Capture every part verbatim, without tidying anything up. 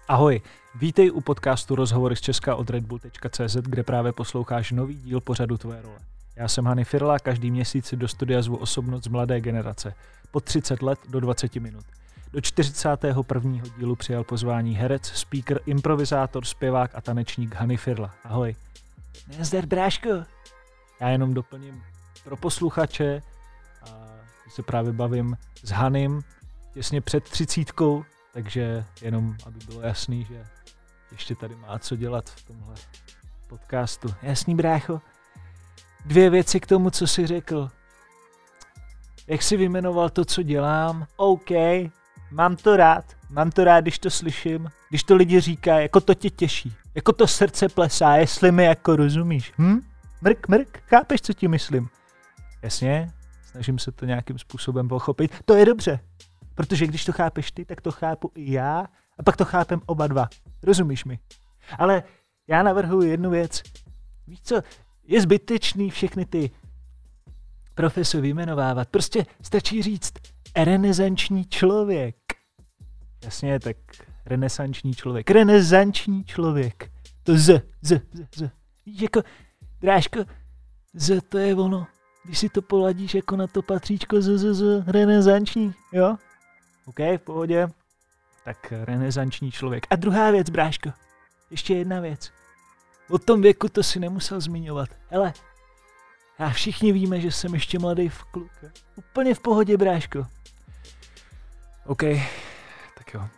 Ahoj, vítej u podcastu Rozhovory z Česka od redbull tečka cé zet, kde právě posloucháš nový díl pořadu Tvoje role. Já jsem Hany Firla, každý měsíc si do studia zvu osobnost z mladé generace. Po třicet let do dvacet minut. Do čtyřicátého prvního dílu přijal pozvání herec, speaker, improvizátor, zpěvák a tanečník Hany Firla. Ahoj. Nazdar, bráško. Já jenom doplním pro posluchače a se právě bavím s Hanym těsně před třicítkou, takže jenom, aby bylo jasný, že ještě tady má co dělat v tomhle podcastu. Jasný, brácho. Dvě věci k tomu, co jsi řekl. Jak jsi vyjmenoval to, co dělám? OK, mám to rád. Mám to rád, když to slyším. Když to lidi říkají, jako to tě těší. Jako to srdce plesá, jestli mi jako rozumíš. Hm? Mrk, mrk, chápeš, co ti myslím? Jasně, snažím se to nějakým způsobem pochopit. To je dobře. Protože když to chápeš ty, tak to chápu i já a pak to chápem oba dva. Rozumíš mi? Ale já navrhuji jednu věc. Víš co, je zbytečný všechny ty profese vyjmenovávat. Prostě stačí říct renesanční člověk. Jasně, tak renesanční člověk. Renesanční člověk. To z, z, z, z. Víš, jako, drážko, z to je ono. Když si to poladíš jako na to patříčko z, z, z, renesanční, jo? OK, v pohodě. Tak renesanční člověk. A druhá věc, bráško. Ještě jedna věc. O tom věku to si nemusel zmiňovat. Hele, já všichni víme, že jsem ještě mladý v kluk. Úplně v pohodě, bráško. OK, tak jo.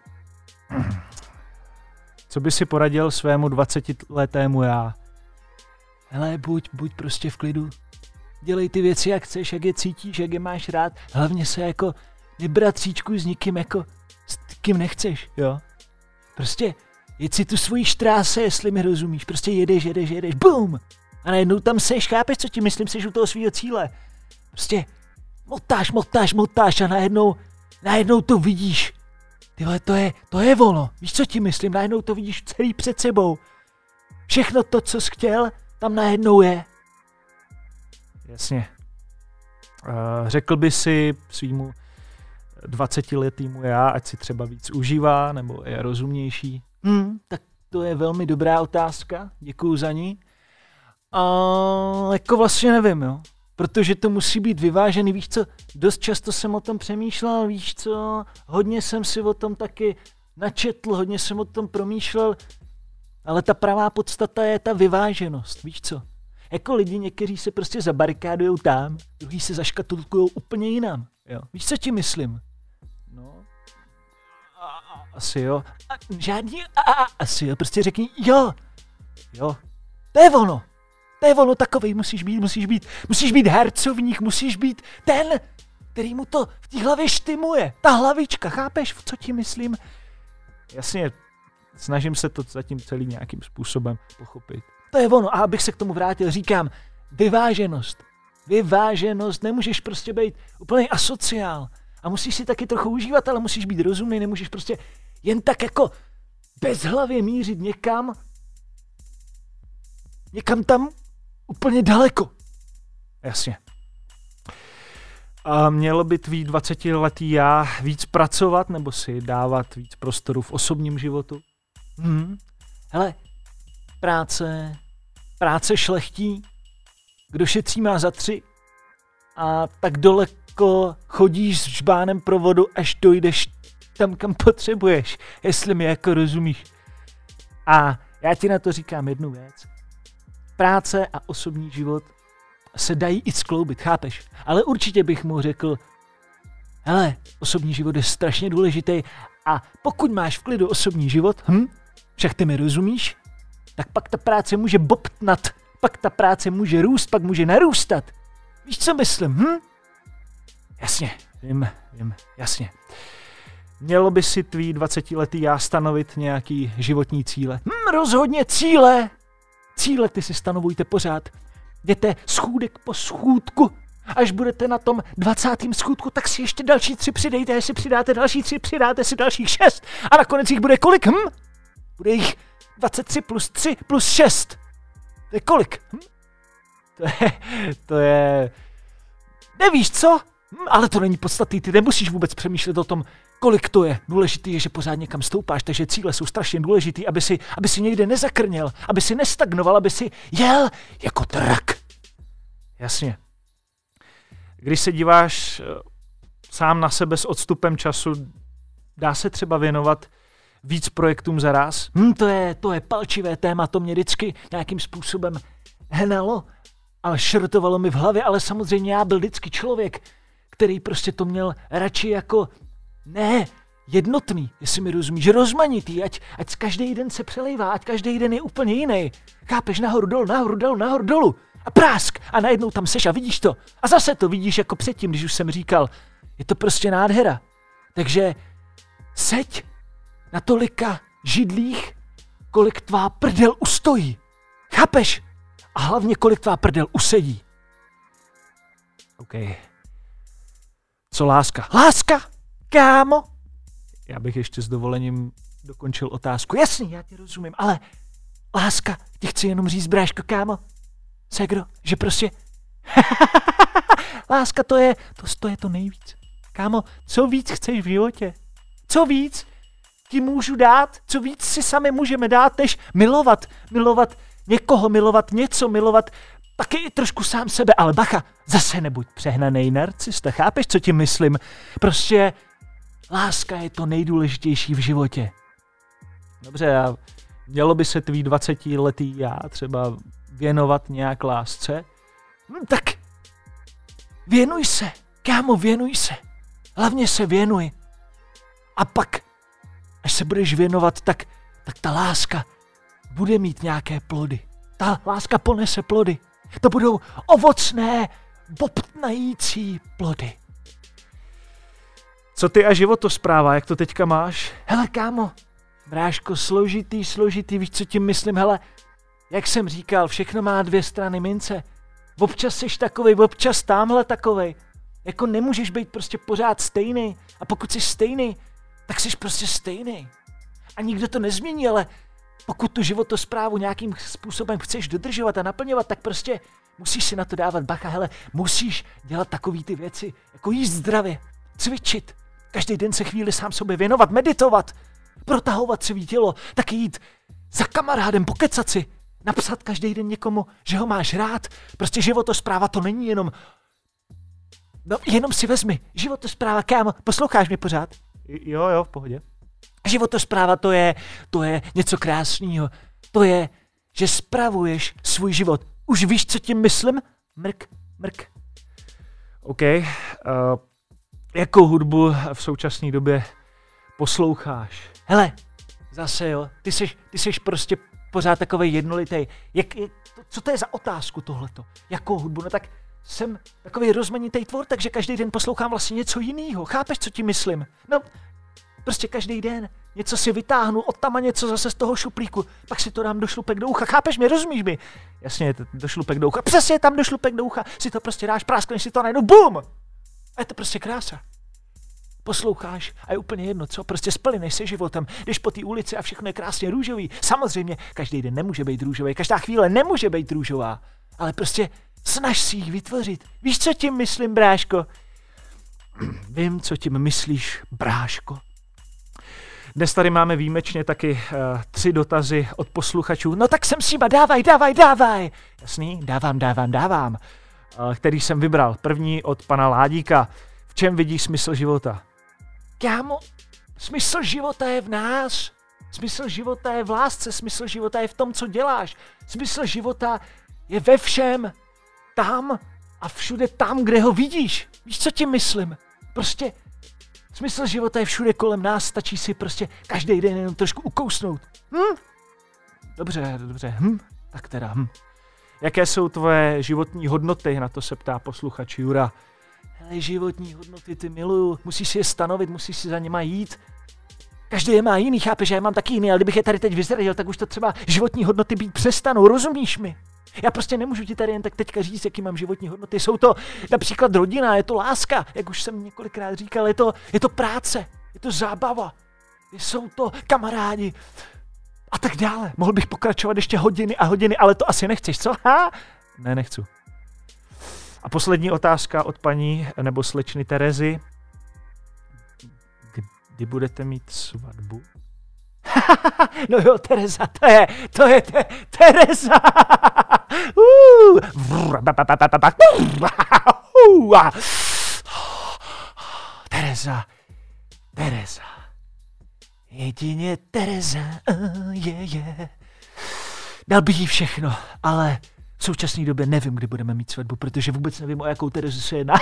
Co by si poradil svému dvacetiletému já? Hele, buď, buď prostě v klidu. Dělej ty věci, jak chceš, jak je cítíš, jak je máš rád. Hlavně se jako nebratříčkuj s nikým, jako s kým nechceš, jo. Prostě jed si tu svojí štráse, jestli mi rozumíš. Prostě jedeš, jedeš, jedeš, bum! A najednou tam seš, chápeš, co ti myslím, seš u toho svýho cíle. Prostě motáš, motáš, motáš a najednou, najednou to vidíš. Tyhle, to je, to je ono. Víš, co ti myslím? Najednou to vidíš celý před sebou. Všechno to, co jsi chtěl, tam najednou je. Jasně. Uh, řekl by si svýmu dvacetiletýmu já, ať si třeba víc užívá, nebo je rozumnější? Hmm, tak to je velmi dobrá otázka, děkuju za ní. A jako vlastně nevím, jo. Protože to musí být vyvážený, víš co, dost často jsem o tom přemýšlel, víš co, hodně jsem si o tom taky načetl, hodně jsem o tom promýšlel, ale ta pravá podstata je ta vyváženost, víš co. Jako lidi někteří se prostě zabarikádujou tam, druhý se zaškatulkujou úplně jinam, jo. Víš, co ti myslím? No, a, a, asi jo, a, žádný a, a, asi jo, prostě řekni jo, jo, to je ono. To je ono, takovej musíš být, musíš být, musíš být hercovník, musíš být ten, který mu to v té hlavě štimuje. Ta hlavička, chápeš, co ti myslím? Jasně, snažím se to zatím celý nějakým způsobem pochopit. To je ono, a abych se k tomu vrátil, říkám, vyváženost. Vyváženost, nemůžeš prostě být úplný asociál. A musíš si taky trochu užívat, ale musíš být rozumný, nemůžeš prostě jen tak jako bezhlavě mířit někam, někam tam úplně daleko. Jasně. A mělo by tvý dvacetiletý já víc pracovat, nebo si dávat víc prostoru v osobním životu? Hmm. Hele, práce, práce šlechtí, kdo šetří má za tři a tak daleko chodíš s žbánem pro vodu, až dojdeš tam, kam potřebuješ, jestli mi jako rozumíš. A já ti na to říkám jednu věc. Práce a osobní život se dají i skloubit, chápeš? Ale určitě bych mu řekl, hele, osobní život je strašně důležitý a pokud máš v klidu osobní život, hm, však ty mi rozumíš, tak pak ta práce může bobtnat, pak ta práce může růst, pak může narůstat. Víš, co myslím, hm? Jasně, vím, vím, jasně. Mělo by si tvý dvacetiletý já stanovit nějaký životní cíle? Hm, rozhodně cíle! Cíle ty si stanovujte pořád. Jděte schůdek po schůdku. Až budete na tom dvacátém schůdku, tak si ještě další tři přidejte. Až si přidáte další tři, přidáte si dalších šest. A nakonec jich bude kolik? Hm? Bude jich dvacet tři plus tři plus šest. To je kolik? Hm? To je... To je... Nevíš co? Hm, ale to není podstatný. Ty nemusíš vůbec přemýšlet o tom, kolik to je. Důležitý je, že pořád někam stoupáš, takže cíle jsou strašně důležitý, aby si, aby si někde nezakrněl, aby si nestagnoval, aby si jel jako drak. Jasně. Když se díváš sám na sebe s odstupem času, dá se třeba věnovat víc projektům za raz? Hm, to je, to je palčivé téma, to mě vždycky nějakým způsobem hnalo, ale šrotovalo mi v hlavě, ale samozřejmě já byl vždycky člověk, který prostě to měl radši jako, ne, jednotný, jestli mi rozumíš, rozmanitý, ať, ať každý den se přelejvá, ať každý den je úplně jiný. Chápeš, nahoru dolů, nahoru dolů, nahoru dolů a prásk a najednou tam seš a vidíš to. A zase to vidíš jako předtím, když už jsem říkal, je to prostě nádhera. Takže seď na tolika židlích, kolik tvá prdel ustojí. Chápeš? A hlavně kolik tvá prdel usedí. OK. Co láska? Láska? Kámo? Já bych ještě s dovolením dokončil otázku. Jasný, já ti rozumím, ale láska, ti chci jenom říct, bráško, kámo, segro, že prostě láska to je, to, to je to nejvíc. Kámo, co víc chceš v životě? Co víc ti můžu dát? Co víc si sami můžeme dát, než milovat? Milovat někoho, milovat něco, milovat taky i trošku sám sebe. Ale bacha, zase nebuď přehnanej narcista, chápeš, co ti myslím? Prostě láska je to nejdůležitější v životě. Dobře, a mělo by se tvý dvacetiletý já třeba věnovat nějak lásce? Hm, tak věnuj se, kámo, věnuj se. Hlavně se věnuj. A pak, až se budeš věnovat, tak, tak ta láska bude mít nějaké plody. Ta láska ponese plody. To budou ovocné, bobtnající plody. Co ty a životospráva, jak to teďka máš? Hele, kámo, bráško, složitý, složitý, víš, co tím myslím? Hele, jak jsem říkal, všechno má dvě strany mince. Občas seš takovej, občas támhle takovej. Jako nemůžeš být prostě pořád stejný. A pokud jsi stejný, tak jsi prostě stejný. A nikdo to nezmění, ale pokud tu životosprávu nějakým způsobem chceš dodržovat a naplňovat, tak prostě musíš si na to dávat bacha. Hele, musíš dělat takový ty věci, jako jíst zdravě, cvičit, každý den se chvíli sám sobě věnovat, meditovat, protahovat svý tělo, taky jít za kamarádem, pokecat si, napsat každý den někomu, že ho máš rád. Prostě životospráva to není jenom... No, jenom si vezmi, životospráva, kámo, posloucháš mě pořád? Jo, jo, v pohodě. Životospráva to je, to je něco krásného. To je, že spravuješ svůj život. Už víš, co tím myslím? Mrk, mrk. OK. Uh, jakou hudbu v současné době posloucháš? Hele, zase jo, ty seš, ty seš prostě pořád takovej jednolitej. Jak, jak, co to je za otázku tohleto? Jakou hudbu? No tak jsem takový rozmanitý tvor, takže každý den poslouchám vlastně něco jiného. Chápeš, co ti myslím? No, prostě každý den něco si vytáhnu, od tam a něco zase z toho šuplíku, pak si to dám do šlupek do ucha. Chápeš mě, rozumíš mi? Jasně, do šlupek do ucha. Přesně tam do šlupek do ucha, si to prostě dáš, práskneš si to najednou, bum! A je to prostě krása. Posloucháš a je úplně jedno, co? Prostě splyneš se životem, jdeš po té ulici a všechno je krásně růžový. Samozřejmě, každý den nemůže být růžový, každá chvíle nemůže být růžová, ale prostě snaž si jich vytvořit. Víš, co tím myslím, bráško? Vím, co tím myslíš, bráško. Dnes tady máme výjimečně taky uh, tři dotazy od posluchačů. No tak sem si dávaj, dávaj, dávaj. Jasný, dávám, dávám, dávám. Uh, který jsem vybral. První od pana Ládíka. V čem vidíš smysl života? Kámo, smysl života je v nás. Smysl života je v lásce, smysl života je v tom, co děláš. Smysl života je ve všem. Tam a všude tam, kde ho vidíš. Víš, co tím myslím? Prostě smysl života je všude kolem nás, stačí si prostě každý den jenom trošku ukousnout. Hm? Dobře, dobře, hm? Tak teda, hm. Jaké jsou tvoje životní hodnoty, na to se ptá posluchač Jura. Hele, životní hodnoty ty miluju, musíš si je stanovit, musíš si za něma jít. Každý je má jiný, chápeš, já mám taky jiný, ale kdybych je tady teď vyzradil, tak už to třeba životní hodnoty být přestanou, rozumíš mi? Já prostě nemůžu ti tady jen tak teďka říct, jaký mám životní hodnoty. Jsou to například rodina, je to láska, jak už jsem několikrát říkal, je to, je to práce, je to zábava, jsou to kamarádi a tak dále. Mohl bych pokračovat ještě hodiny a hodiny, ale to asi nechceš, co? Ha? Ne, nechci. A poslední otázka od paní nebo slečny Terezy. Kdy budete mít svatbu? No jo, Tereza, to je, to je te, Tereza. Tereza, Tereza. Jedině Tereza, je, je. Dal bych jí všechno, ale v současné době nevím, kdy budeme mít svatbu, protože vůbec nevím, o jakou Terezu se jedná.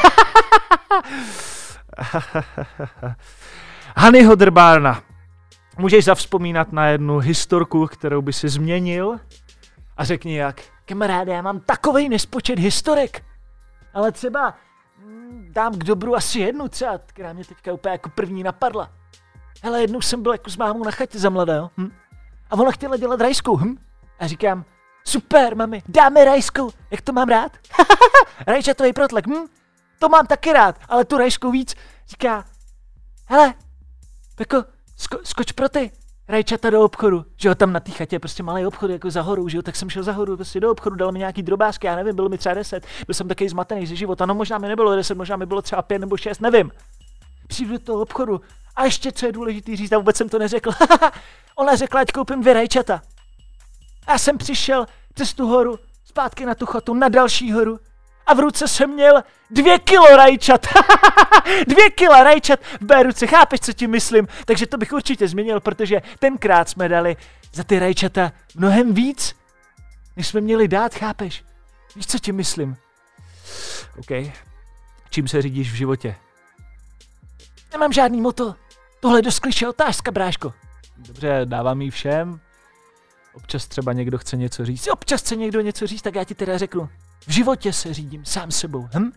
Hanyho Drbárna. Můžeš zavzpomínat na jednu historku, kterou by si změnil a řekni jak. Kamaráde, já mám takovej nespočet historek, ale třeba mm, dám k dobru asi jednu třeba, která mě teďka úplně jako první napadla. Hele, jednou jsem byl jako s mámou na chatě za mladého, hm? A ona chtěla dělat rajskou, hm? A říkám, super, mami, dáme rajskou, jak to mám rád? Rajčatový protlek, hm? To mám taky rád, ale tu rajskou víc. Říká, hele, Peko, sko- skoč pro ty rajčata do obchodu, že jo, tam na té chatě prostě malý obchod jako za horou, že jo, tak jsem šel za horu prostě do obchodu, dal mi nějaký drobásky, já nevím, bylo mi třeba deset, byl jsem takový zmatený ze života, no možná mi nebylo deset, možná mi bylo třeba pět nebo šest, nevím. Přijdu do toho obchodu a ještě co je důležitý říct, a vůbec jsem to neřekl, ona řekla, ať koupím dvě rajčata. A já jsem přišel přes tu horu, zpátky na tu chatu, na další horu a v ruce jsem měl dvě kilo rajčat. Dvě kila rajčat v mé ruce, chápeš, co ti myslím? Takže to bych určitě změnil, protože tenkrát jsme dali za ty rajčata mnohem víc, než jsme měli dát, chápeš? Víš, co ti myslím? OK. Čím se řídíš v životě? Nemám žádný moto. Tohle je dost klišé otázka, bráško. Dobře, dávám jí všem. Občas třeba někdo chce něco říct. Občas chce někdo něco říct, tak já ti teda řeknu. V životě se řídím sám sebou. Hm?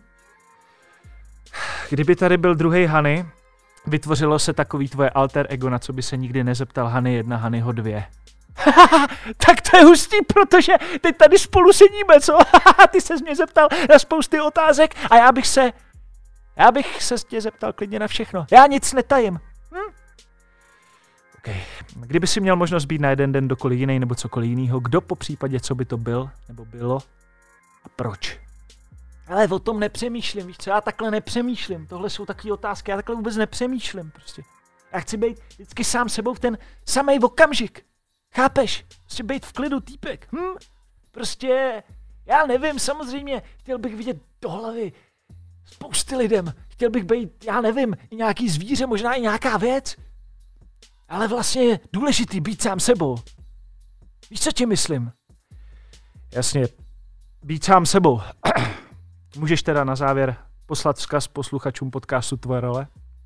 Kdyby tady byl druhý Hany, vytvořilo se takový tvoje alter ego, na co by se nikdy nezeptal Hany jedna, Hanyho dvě. Tak to je hustý, protože teď tady spolu sedíme, co? Ty ses mě zeptal na spousty otázek a já bych se, já bych se tě zeptal klidně na všechno. Já nic netajím. Hm? Okay. Kdyby si měl možnost být na jeden den dokoliv jiný nebo cokoliv jinýho, kdo po případě, co by to byl nebo bylo a proč? Ale o tom nepřemýšlím, víš co, já takhle nepřemýšlím, tohle jsou takové otázky, já takhle vůbec nepřemýšlím prostě. Já chci být vždycky sám sebou v ten samej okamžik, chápeš? Prostě být v klidu, týpek, hm? Prostě, já nevím, samozřejmě, chtěl bych vidět do hlavy spousty lidem, chtěl bych být, já nevím, i nějaký zvíře, možná i nějaká věc, ale vlastně je důležitý být sám sebou. Víš, co ti myslím? Jasně, být sám sebou. Můžeš teda na závěr poslat vzkaz posluchačům podcastu Tvoje role?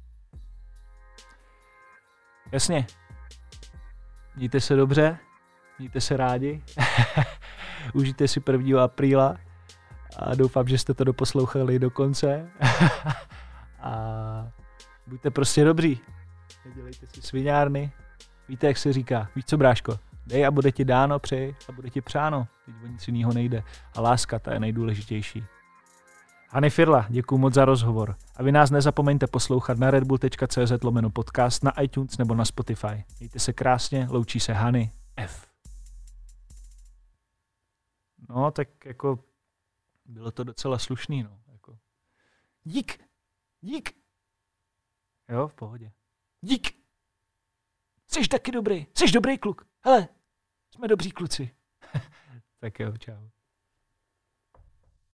Jasně. Mějte se dobře, mějte se rádi, užijte si prvního apríla a doufám, že jste to doposlouchali do konce a buďte prostě dobří. Nedělejte si sviňárny, víte, jak se říká, víš co, bráško, dej a bude ti dáno, přeji a bude ti přáno, teď o nic jiného nejde a láska, ta je nejdůležitější. Hany Firla, děkuju moc za rozhovor. A vy nás nezapomeňte poslouchat na redbull.cz lomeno podcast, na iTunes nebo na Spotify. Mějte se krásně, loučí se Hany F. No, tak jako bylo to docela slušný, no. Jako. Dík, dík. Jo, v pohodě. Dík. Jsi taky dobrý, jsi dobrý kluk. Hele, jsme dobří kluci. Tak jo, čau.